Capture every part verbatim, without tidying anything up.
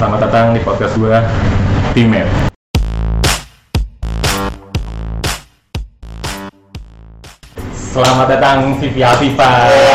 Selamat datang di podcast gue, Timet. Selamat datang Vivi Afifa.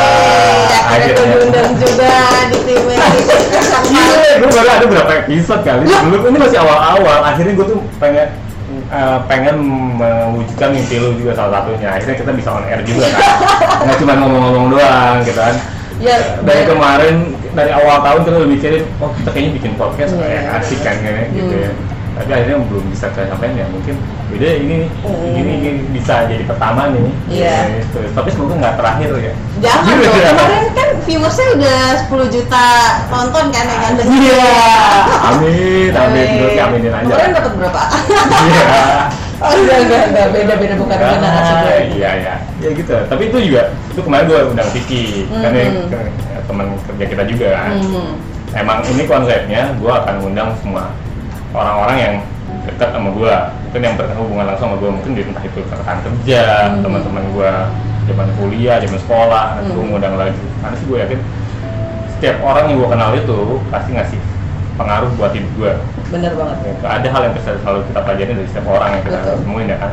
Akhirnya diundang juga di Timet. Gila, gue baru ada berapa episode kali. Dulu ini masih awal-awal. Akhirnya gue tuh pengen uh, pengen mewujudkan mimpi lu juga salah satunya. Akhirnya kita bisa on air juga kan. Nggak cuma ngomong-ngomong doang gitu kan. Ya, dari ya. Kemarin, dari awal tahun kita udah mikirin, oh kita kayaknya bikin podcast kayak yeah. asik kan kayak gitu hmm. ya. Tapi akhirnya belum bisa kesampaian ya, mungkin beda ini hmm. ini, ini bisa jadi pertama nih. Iya. Yeah. Tapi semoga nggak terakhir ya. Jangan dong, kemarin kan viewersnya udah sepuluh juta tonton kan ya kan. Iya. Yeah. Amin, amin, terus aminin aja. Kemarin dapat berapa? Iya. Oh enggak, enggak, enggak, beda-beda bukan generasi gue. Iya, iya, ya gitu. Tapi itu juga, itu kemarin gue undang Vicky, mm-hmm. karena ya, teman kerja kita juga kan. Mm-hmm. Emang ini konsepnya, gue akan undang semua orang-orang yang dekat sama gue, mungkin yang berhubungan langsung sama gue, mungkin di entah itu rekan kerja, mm-hmm. teman-teman gue, zaman kuliah, zaman sekolah, nanti mm-hmm. gue ngundang lagi. Karena sih gue yakin, setiap orang yang gue kenal itu pasti ngasih pengaruh buat hidup gue. Bener banget. Ya, ada hal yang bisa selalu kita pelajari dari setiap orang yang kita temuin ya kan.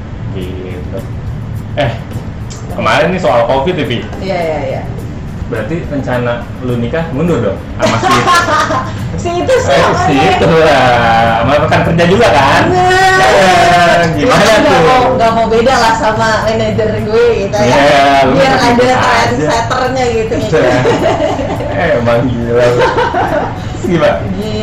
Gitu. Eh, kemarin nih soal COVID ya, Vi? Iya, iya, iya. Berarti rencana lu nikah mundur dong sama si itu? si itu siapa eh, si itu lah, sama rekan kerja juga kan? Nah, ya, gimana ya, tuh? Gak mau, gak mau beda lah sama manajer gue gitu ya, ya biar ada trendsetternya gitu eh, emang gila gimana?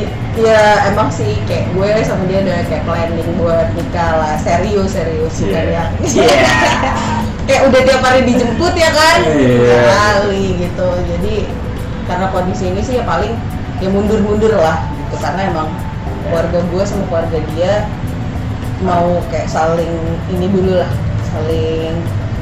Ya emang sih kayak gue sama dia udah kayak planning buat nikah lah, serius serius bukan yeah. yang yeah. kayak udah tiap hari dijemput ya kan, yeah. kali gitu. Jadi karena kondisi ini sih ya paling ya mundur-mundur lah gitu, karena emang keluarga gue sama keluarga dia mau kayak saling ini dulu lah, saling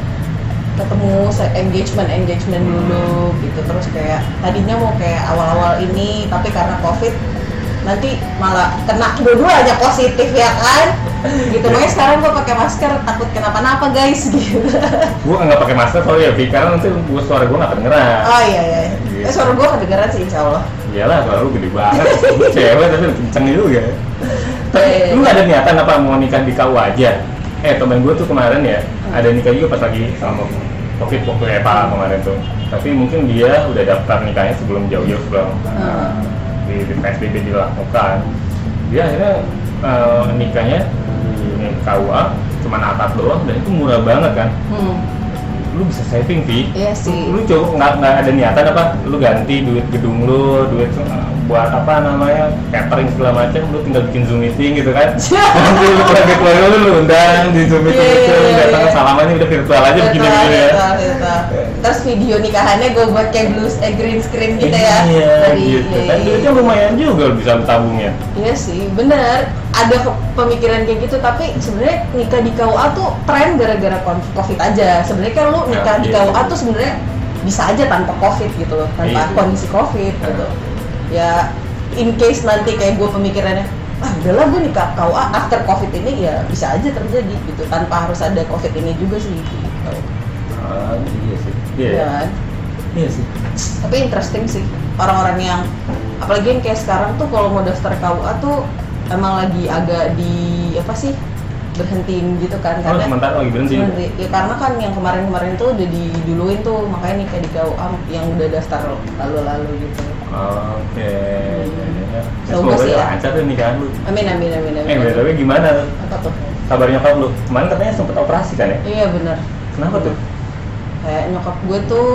ketemu engagement engagement dulu gitu. Terus kayak tadinya mau kayak awal-awal ini, tapi karena COVID nanti malah kena dua-duanya positif ya kan gitu. Makanya sekarang gue pakai masker, takut kenapa-napa guys gitu. Gue nggak pakai masker soalnya ya, karena nanti gue suara gue nggak kedengeran. Oh iya iya gitu. Eh, suara gue kedengeran sih insya Allah. Iyalah, suara lu gede banget. Lu cewek tapi kenceng juga. Tapi eh, lu nggak ada niatan apa mau nikah di K U aja? Eh temen gue tuh kemarin ya hmm. ada nikah juga pas lagi sama COVID waktu E P A kemarin tuh. Tapi mungkin dia udah daftar nikahnya sebelum jauh-jauh sebelum hmm. di, di P S B B dilakukan. Dia akhirnya uh, nikahnya di K U A cuma atap doang dan itu murah banget kan. Hmm. Lu bisa saving Vi. Iya sih. Lu, lu coba nggak nggak ada niatan apa? Lu ganti duit gedung lu, duit uh, buat apa namanya catering segala macam, lu tinggal bikin zoom meeting gitu kan. Nanti lu keluarga keluarga lu lu undang di zoom meeting yeah, itu, yeah, yeah, datang yeah. salamannya udah virtual aja begini-begini ya. Terus video nikahannya gue buat kayak blue eh, green screen gitu ya. Iya, gitu. Kan duitnya lumayan juga bisa lu tabungnya. Iya sih, bener. Ada pemikiran kayak gitu, tapi sebenarnya nikah di K U A tuh tren gara-gara COVID aja. Sebenarnya kan lu nikah ya, di iya. K U A tuh sebenarnya bisa aja tanpa COVID gitu loh, tanpa iya. kondisi COVID ya. Gitu. Ya, in case nanti kayak gue pemikirannya, ah udahlah gue nikah K U A after COVID ini ya bisa aja terjadi gitu, tanpa harus ada COVID ini juga sih. Gitu. Ah, iya sih. Iya. Ya, kan? Iya sih. Tapi interesting sih orang-orang yang, apalagi yang kayak sekarang tuh kalau mau daftar K U A tuh emang lagi agak di apa sih berhentiin gitu kan, oh, karena sementara lagi berhenti. Ya karena kan yang kemarin-kemarin tuh udah diduluin tuh, makanya nih kayak di K U A yang udah daftar lalu-lalu gitu. Oke. Okay. Hmm. Ya, semoga sih ya. lancar deh nikahan lu. Amin amin amin amin. Eh, btw gimana? Apa tuh? Kabar nyokap lu? Kemarin katanya sempet operasi kan ya? Iya benar. Kenapa tuh? Kayak nyokap gue tuh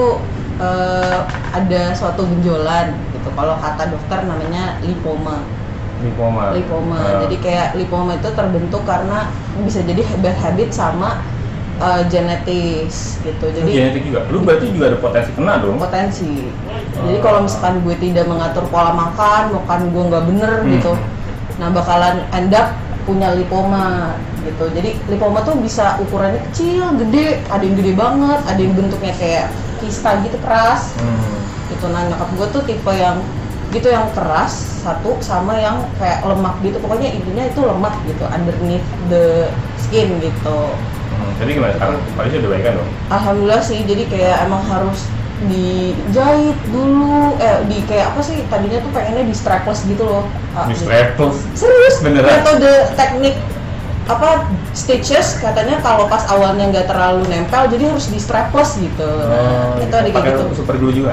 uh, ada suatu benjolan gitu. Kalau kata dokter namanya lipoma. Lipoma. Lipoma. Uh. Jadi kayak lipoma itu terbentuk karena bisa jadi habit sama uh, genetis gitu. Jadi genetik juga. Lu berarti juga ada potensi kena dong? Potensi. Uh. Jadi kalau misalkan gue tidak mengatur pola makan, makan gue nggak bener hmm. gitu, nah bakalan end up punya lipoma gitu. Jadi lipoma tuh bisa ukurannya kecil, gede, ada yang gede banget, ada yang bentuknya kayak kista gitu keras. Hmm. Gitu. Nah nyokap gue tuh tipe yang gitu, yang keras satu sama yang kayak lemak gitu, pokoknya intinya itu lemak gitu underneath the skin gitu. Hmm, jadi gimana sekarang? Kondisi udah baik kan dong? Alhamdulillah sih, jadi kayak emang harus dijahit dulu, eh di kayak apa sih tadinya tuh pengennya di strapless gitu loh. Di strapless? Serius? Beneran? Metode teknik apa stitches katanya kalau pas awalnya nggak terlalu nempel jadi harus di strapless gitu. Oh, nah, itu ada kayak gitu. Super glue juga.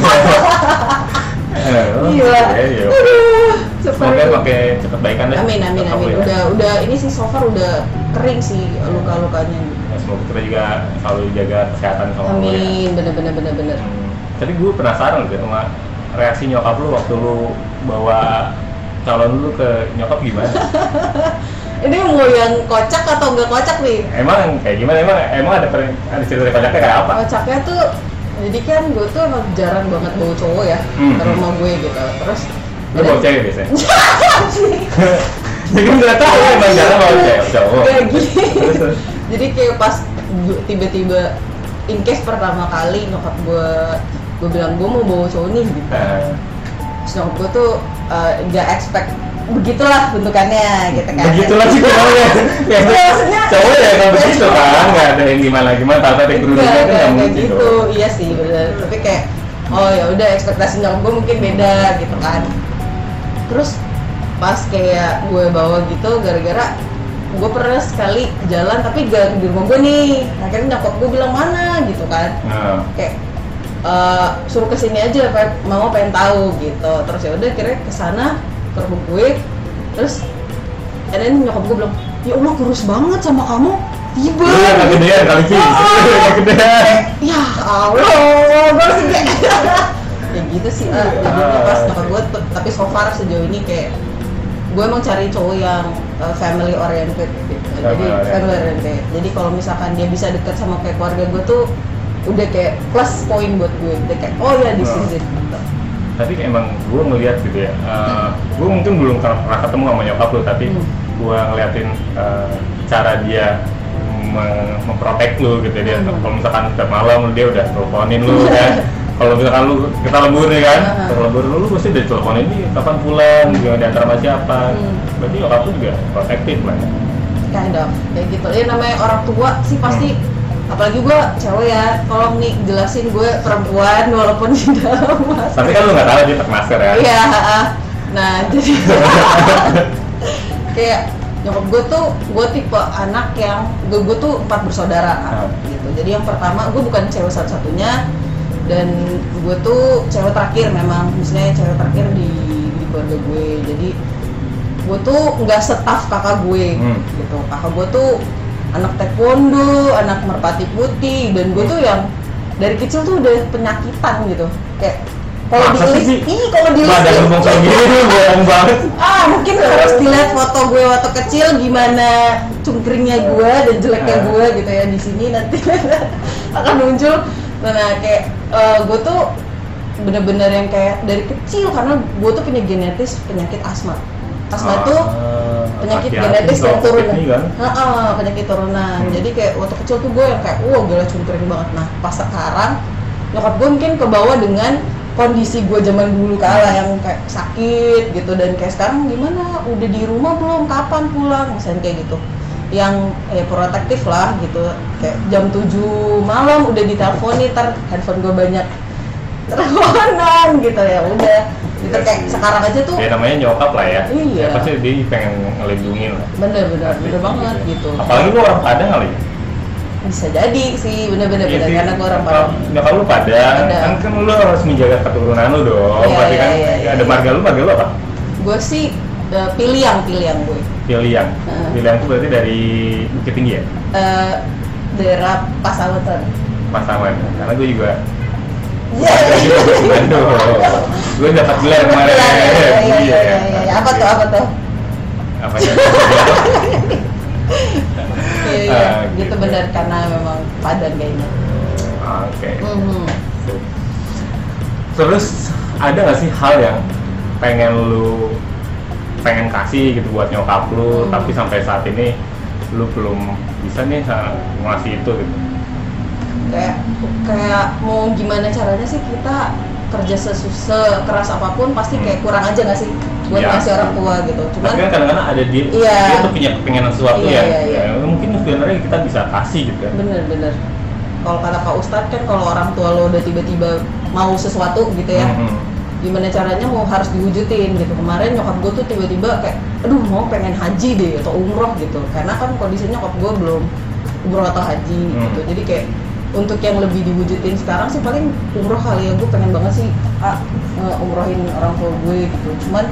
Oh, iya. Iya. Semoga pakai cepet baikan deh. Amin amin amin. Ya. Udah udah ini sih so far udah kering sih luka-lukanya. Ya, semoga kita juga selalu jaga kesehatan sama lu ya. Amin, bener bener bener bener. Hmm. Tapi gue penasaran gitu sama reaksi nyokap lu waktu lu bawa calon lu ke nyokap gimana? Ini mau yang kocak atau enggak kocak nih? Emang kayak gimana? Emang emang ada per, ada cerita kocaknya kayak apa? Kocaknya tuh jadi kan gue tuh emang jarang banget bawa cowok ya hmm. ke rumah gue gitu. Terus lu bawa cewek biasanya? Jadi nggak tahu emang jarang bawa cewek cowok. Kayak gini. Jadi kayak pas tiba-tiba in case pertama kali nyokap gue gue bilang gue mau bawa cowok nih gitu. Uh. Terus nyokap gue tuh nggak uh, expect begitulah bentukannya gitu kan. Begitulah sih cowoknya. Ya, maksudnya cowok ya kalau begitu kan nggak ada yang gimana gimana tata ada kerudungnya kan nggak mungkin gitu. Iya sih benar. Tapi kayak oh ya udah ekspektasi nyokap gue mungkin beda gitu kan. Terus pas kayak gue bawa gitu gara-gara gue pernah sekali jalan tapi gak di rumah gue nih. Akhirnya nyokap gue bilang mana gitu kan. Nah. Kayak uh, suruh kesini aja, mama pengen tahu gitu. Terus ya udah akhirnya kesana ke rumah gue, terus and then nyokap gue bilang, ya Allah kurus banget sama kamu, tiba iya gak gedean kali sih, gak gedean ya Allah, gue harus gede ya gitu sih, ah. Jadi pas nyokap gue, tapi so far sejauh ini kayak gue emang cari cowok yang uh, family oriented gitu. Jadi family oriented, jadi kalau misalkan dia bisa dekat sama kayak keluarga gue tuh udah kayak plus poin buat gue, udah kayak oh ya this is it gitu. Tapi emang gue ngeliat gitu ya, uh, gue mungkin belum pernah ketemu sama nyokap lu, tapi hmm. gue ngeliatin uh, cara dia mem- memprotek lu gitu dia. Hmm. Kalau misalkan setiap malam dia udah teleponin lu kan, kalau misalkan lu kita lembur nih kan, hmm. kita lembur lu pasti udah teleponin nih kapan pulang, gimana diantar sama siapa. Hmm. Berarti nyokap lu juga protektif lah. Kind of, kayak gitu. Ya namanya orang tua sih pasti. Hmm. Apalagi gue cewek ya, tolong nih jelasin gue perempuan walaupun di dalam masker. Tapi kan lu nggak tahu dia pakai masker ya? Iya, nah jadi kayak nyokap gue tuh, gue tipe anak yang gue, gue tuh empat bersaudara hmm. gitu. Jadi yang pertama gue bukan cewek satu-satunya dan gue tuh cewek terakhir memang, misalnya cewek terakhir di, di keluarga gue. Jadi gue tuh nggak setaf kakak gue hmm. gitu. Kakak gue tuh anak taekwondo, anak merpati putih, dan gue tuh yang dari kecil tuh udah penyakitan gitu. Kayak kalau di list, ih kalau di list ada ngomong kayak gini bohong banget. Ah mungkin harus dilihat foto gue waktu kecil gimana cungkringnya gue dan jeleknya gue gitu ya di sini nanti akan muncul. Nah kayak uh, gue tuh bener-bener yang kayak dari kecil karena gue tuh punya genetis penyakit asma. Asma itu ah, penyakit genetis dan turunan. Kan? Heeh, penyakit turunan. Hmm. Jadi kayak waktu kecil tuh gue yang kayak wah gila cungkring banget. Nah, pas sekarang nyokap gue mungkin kebawa dengan kondisi gue zaman dulu kala yang kayak sakit gitu dan kayak sekarang gimana? Udah di rumah belum? Kapan pulang? Misalnya kayak gitu. Yang ya protektif lah gitu. Kayak jam tujuh malam udah diteleponin, ntar handphone gue banyak teleponan gitu ya udah. Gitu kayak sekarang aja tuh ya namanya nyokap lah ya. Iya. Ya, pasti dia pengen ngelindungin lah. Bener bener bener banget gitu. Apalagi lu orang Padang kali ya? Bisa jadi sih bener-bener ya, bener karena gue orang Padang. Nyokap lu Padang, kan kan lu harus menjaga keturunan lu dong. Iya, berarti iya, kan iya, iya, ada marga lu, marga lu apa? Gue sih uh, Piliang, Piliang gue. Piliang. Uh. Piliang tuh berarti dari Bukit Tinggi ya? Uh, daerah Pasawasan. Pasawan. Karena gue juga Iya, aduh, gue dapat gelar kemarin. Iya, iya, iya, iya. Apa tuh, apa tuh? Apa ya? Iya, iya, gitu benar karena memang Padang kayaknya. Oke. Terus ada nggak sih hal yang pengen lu pengen kasih gitu buat nyokap lu, tapi sampai saat ini lu belum bisa nih ngasih itu gitu? kayak kayak mau gimana caranya sih kita kerja sesusah keras apapun pasti kayak kurang aja nggak sih buat ya. Ngasih orang tua gitu. Cuman tapi kan kadang-kadang ada dia, iya, dia tuh punya kepengenan sesuatu iya, ya, iya, iya. ya mungkin sebenarnya kita bisa kasih gitu kan. Bener-bener. kalau kata Pak Ustadz kan kalau orang tua lo udah tiba-tiba mau sesuatu gitu ya, Hmm. gimana caranya mau harus diwujudin gitu. Kemarin nyokap gue tuh tiba-tiba kayak, aduh mau pengen haji deh atau umroh gitu, karena kan kondisinya nyokap gue belum umroh atau haji Hmm. gitu. Jadi kayak untuk yang lebih diwujudin sekarang sih paling umroh kali ya. Gue pengen banget sih ah, umrohin orang tua gue gitu. Cuman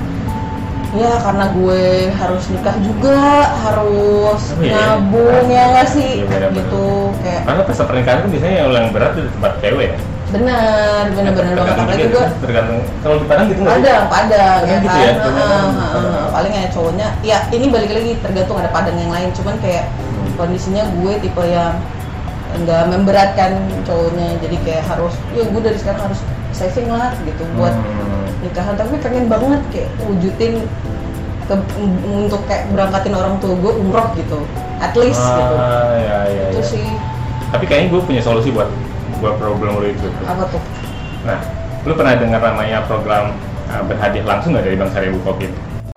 ya karena gue harus nikah juga, harus Oh, iya. nabung ya nggak sih Iya, benar-benar. gitu kayak Karena pesta pernikahan kan biasanya yang berat di tempat cewek ya. bener bener bener banget. Tergantung Apalagi juga, gue tergantung kalau di Padang gitu nggak sih? Padang, Padang Padang ya gitu kan. ya, Heeh, tergantung. heeh. Paling ya cowoknya, ya ini balik lagi tergantung ada Padang yang lain. Cuman kayak kondisinya gue tipe yang nggak memberatkan cowoknya, jadi kayak harus, ya gue dari sekarang harus saving lah gitu buat Hmm. nikahan. Tapi pengen banget kayak wujudin ke, untuk kayak berangkatin orang tua gue umroh gitu, at least gitu. Ah, ya, ya, Itu ya. sih Tapi kayaknya gue punya solusi buat buat problem lo itu. apa tuh? Nah, lu pernah dengar namanya program uh, berhadiah langsung nggak dari Bank Syariah Bukopin?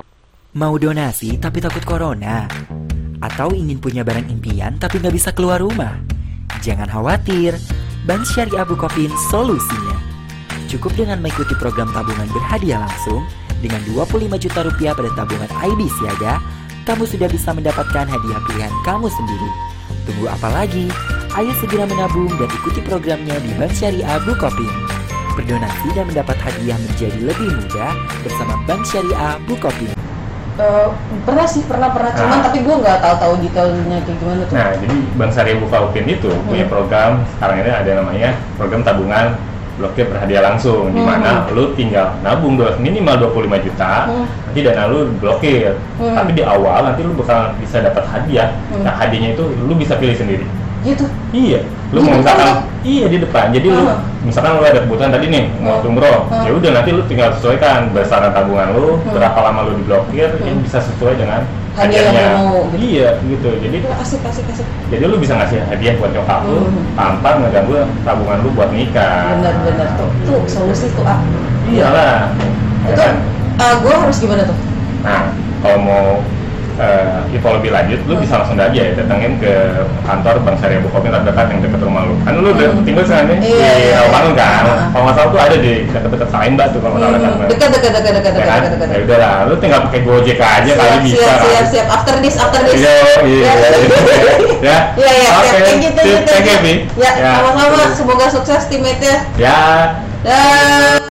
Mau donasi tapi takut corona? Atau ingin punya barang impian tapi nggak bisa keluar rumah? Jangan khawatir, Bank Syariah Bukopin solusinya. Cukup dengan mengikuti program tabungan berhadiah langsung dengan dua puluh lima juta rupiah pada tabungan I B Siaga, kamu sudah bisa mendapatkan hadiah pilihan kamu sendiri. Tunggu apa lagi? Ayo segera menabung dan ikuti programnya di Bank Syariah Bukopin. Berdonasi dan mendapat hadiah menjadi lebih mudah bersama Bank Syariah Bukopin. Uh, pernah sih, pernah pernah. Cuman Nah. tapi gue nggak tahu-tahu detailnya kayak gimana tuh. Nah, jadi Bank Syariah Bukopin itu punya program, sekarang ini ada namanya program tabungan blokir berhadiah langsung, di mana lu tinggal nabung dua, minimal dua puluh lima juta, Hmm. nanti dana lu blokir. Hmm. Tapi di awal nanti lu bakal bisa dapat hadiah. Hmm. Nah, hadiahnya itu lu bisa pilih sendiri. Gitu. Iya, lu Di mau depan misalkan, tuh? iya di depan. Jadi lu, Ah. misalkan lu ada kebutuhan tadi nih mau Ah. umroh, Ah. ya udah nanti lu tinggal sesuaikan besaran tabungan lu, Hmm. berapa lama lu diblokir, Hmm. ini bisa sesuai dengan Hadiah yang hadiahnya. lu mau, gitu. Iya, gitu. Jadi, Wah, asik asik asik. jadi lu bisa ngasih hadiah buat nyokap lu Hmm. tanpa ngeganggu tabungan lu buat nikah. Bener-bener tuh, tuh solusi tuh ah. Iyalah. Ya Itu kan? uh, gue harus gimana tuh? Nah, kalau mau eh, info lebih lanjut, lu bisa langsung aja ya datangin ke kantor Bank Syariah Bukopin terdekat yang dekat rumah lu. Kan lu udah Hmm. tinggal sekarang nih Iya, di iya, Rawamangun kan. iya. Kalau nggak salah tuh ada di dekat-dekat Salemba tuh kalau nggak salah kan. Hmm, dekat dekat dekat dekat Ya dekat kan? dekat Ya dekat. udah lah, lu tinggal pakai Gojek aja Siap kali bisa. siap kan. siap siap. After this after this. Iya, iya. Ya. Ya. Iya iya. Oke. siap. Thank you thank you Thank you, thank Bi. you. Ya sama-sama. Semoga sukses teammate-nya. Ya. Dah.